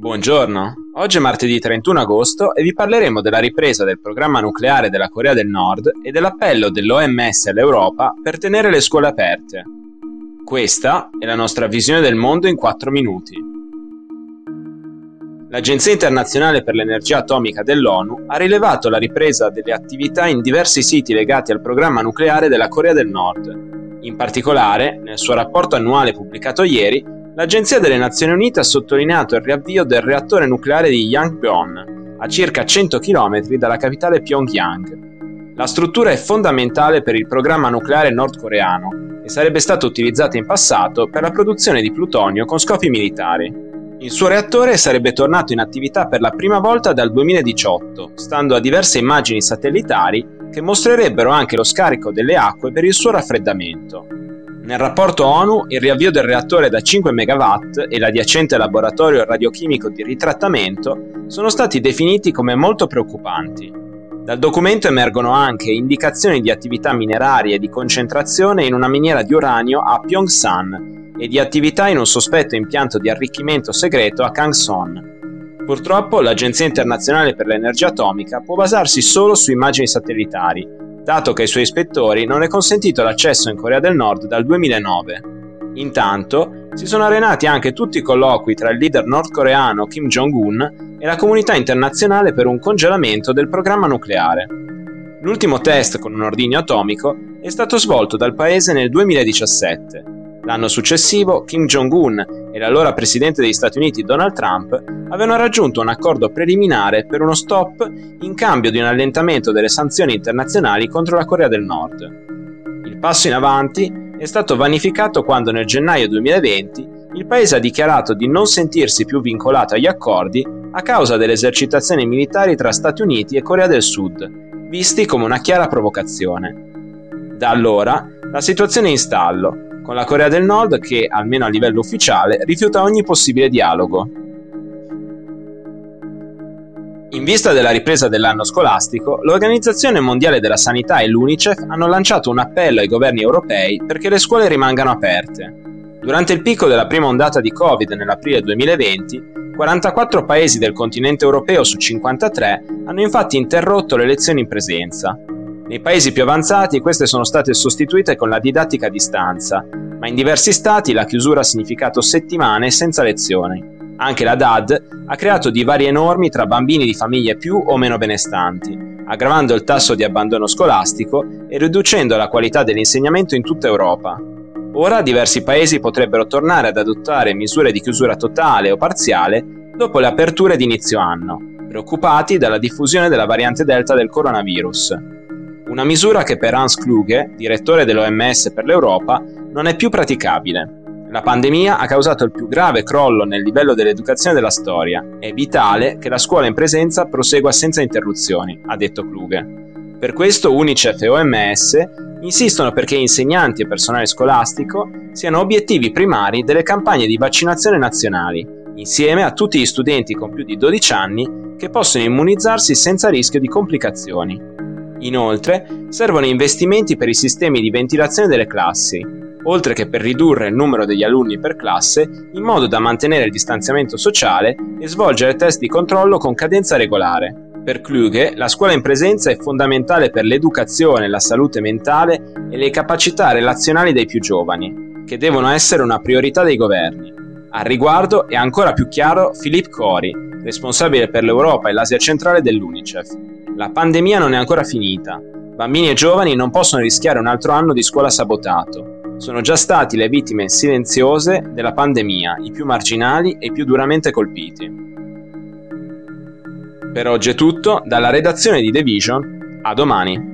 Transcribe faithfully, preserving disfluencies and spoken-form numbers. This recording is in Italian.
Buongiorno, oggi è martedì trentuno agosto e vi parleremo della ripresa del programma nucleare della Corea del Nord e dell'appello dell'O M S all'Europa per tenere le scuole aperte. Questa è la nostra visione del mondo in quattro minuti. L'Agenzia Internazionale per l'Energia Atomica dell'ONU ha rilevato la ripresa delle attività in diversi siti legati al programma nucleare della Corea del Nord. In particolare, nel suo rapporto annuale pubblicato ieri, l'Agenzia delle Nazioni Unite ha sottolineato il riavvio del reattore nucleare di Yangbyong, a circa cento chilometri dalla capitale Pyongyang. La struttura è fondamentale per il programma nucleare nordcoreano e sarebbe stata utilizzata in passato per la produzione di plutonio con scopi militari. Il suo reattore sarebbe tornato in attività per la prima volta dal duemiladiciotto, stando a diverse immagini satellitari che mostrerebbero anche lo scarico delle acque per il suo raffreddamento. Nel rapporto ONU, il riavvio del reattore da cinque megawatt e l'adiacente laboratorio radiochimico di ritrattamento sono stati definiti come molto preoccupanti. Dal documento emergono anche indicazioni di attività minerarie e di concentrazione in una miniera di uranio a Pyeongsan e di attività in un sospetto impianto di arricchimento segreto a Kangson. Purtroppo l'Agenzia Internazionale per l'Energia Atomica può basarsi solo su immagini satellitari, dato che ai suoi ispettori non è consentito l'accesso in Corea del Nord dal duemilanove. Intanto, si sono arenati anche tutti i colloqui tra il leader nordcoreano Kim Jong-un e la comunità internazionale per un congelamento del programma nucleare. L'ultimo test con un ordigno atomico è stato svolto dal paese nel duemiladiciassette. L'anno successivo, Kim Jong-un e l'allora presidente degli Stati Uniti Donald Trump avevano raggiunto un accordo preliminare per uno stop in cambio di un allentamento delle sanzioni internazionali contro la Corea del Nord. Il passo in avanti è stato vanificato quando nel gennaio duemilaventi il paese ha dichiarato di non sentirsi più vincolato agli accordi a causa delle esercitazioni militari tra Stati Uniti e Corea del Sud, visti come una chiara provocazione. Da allora la situazione è in stallo, con la Corea del Nord che, almeno a livello ufficiale, rifiuta ogni possibile dialogo. In vista della ripresa dell'anno scolastico, l'Organizzazione Mondiale della Sanità e l'UNICEF hanno lanciato un appello ai governi europei perché le scuole rimangano aperte. Durante il picco della prima ondata di Covid nell'aprile duemilaventi, quarantaquattro paesi del continente europeo su cinquantatré hanno infatti interrotto le lezioni in presenza. Nei paesi più avanzati queste sono state sostituite con la didattica a distanza, ma in diversi stati la chiusura ha significato settimane senza lezioni. Anche la D A D ha creato divari enormi tra bambini di famiglie più o meno benestanti, aggravando il tasso di abbandono scolastico e riducendo la qualità dell'insegnamento in tutta Europa. Ora diversi paesi potrebbero tornare ad adottare misure di chiusura totale o parziale dopo le aperture di inizio anno, preoccupati dalla diffusione della variante Delta del coronavirus. Una misura che per Hans Kluge, direttore dell'O M S per l'Europa, non è più praticabile. La pandemia ha causato il più grave crollo nel livello dell'educazione della storia. È vitale che la scuola in presenza prosegua senza interruzioni, ha detto Kluge. Per questo UNICEF e O M S insistono perché insegnanti e personale scolastico siano obiettivi primari delle campagne di vaccinazione nazionali, insieme a tutti gli studenti con più di dodici anni che possono immunizzarsi senza rischio di complicazioni. Inoltre, servono investimenti per i sistemi di ventilazione delle classi, oltre che per ridurre il numero degli alunni per classe, in modo da mantenere il distanziamento sociale e svolgere test di controllo con cadenza regolare. Per Kluge, la scuola in presenza è fondamentale per l'educazione, la salute mentale e le capacità relazionali dei più giovani, che devono essere una priorità dei governi. Al riguardo è ancora più chiaro Philippe Cori, responsabile per l'Europa e l'Asia centrale dell'UNICEF. La pandemia non è ancora finita. Bambini e giovani non possono rischiare un altro anno di scuola sabotato. Sono già stati le vittime silenziose della pandemia, i più marginali e i più duramente colpiti. Per oggi è tutto, dalla redazione di The Vision, a domani.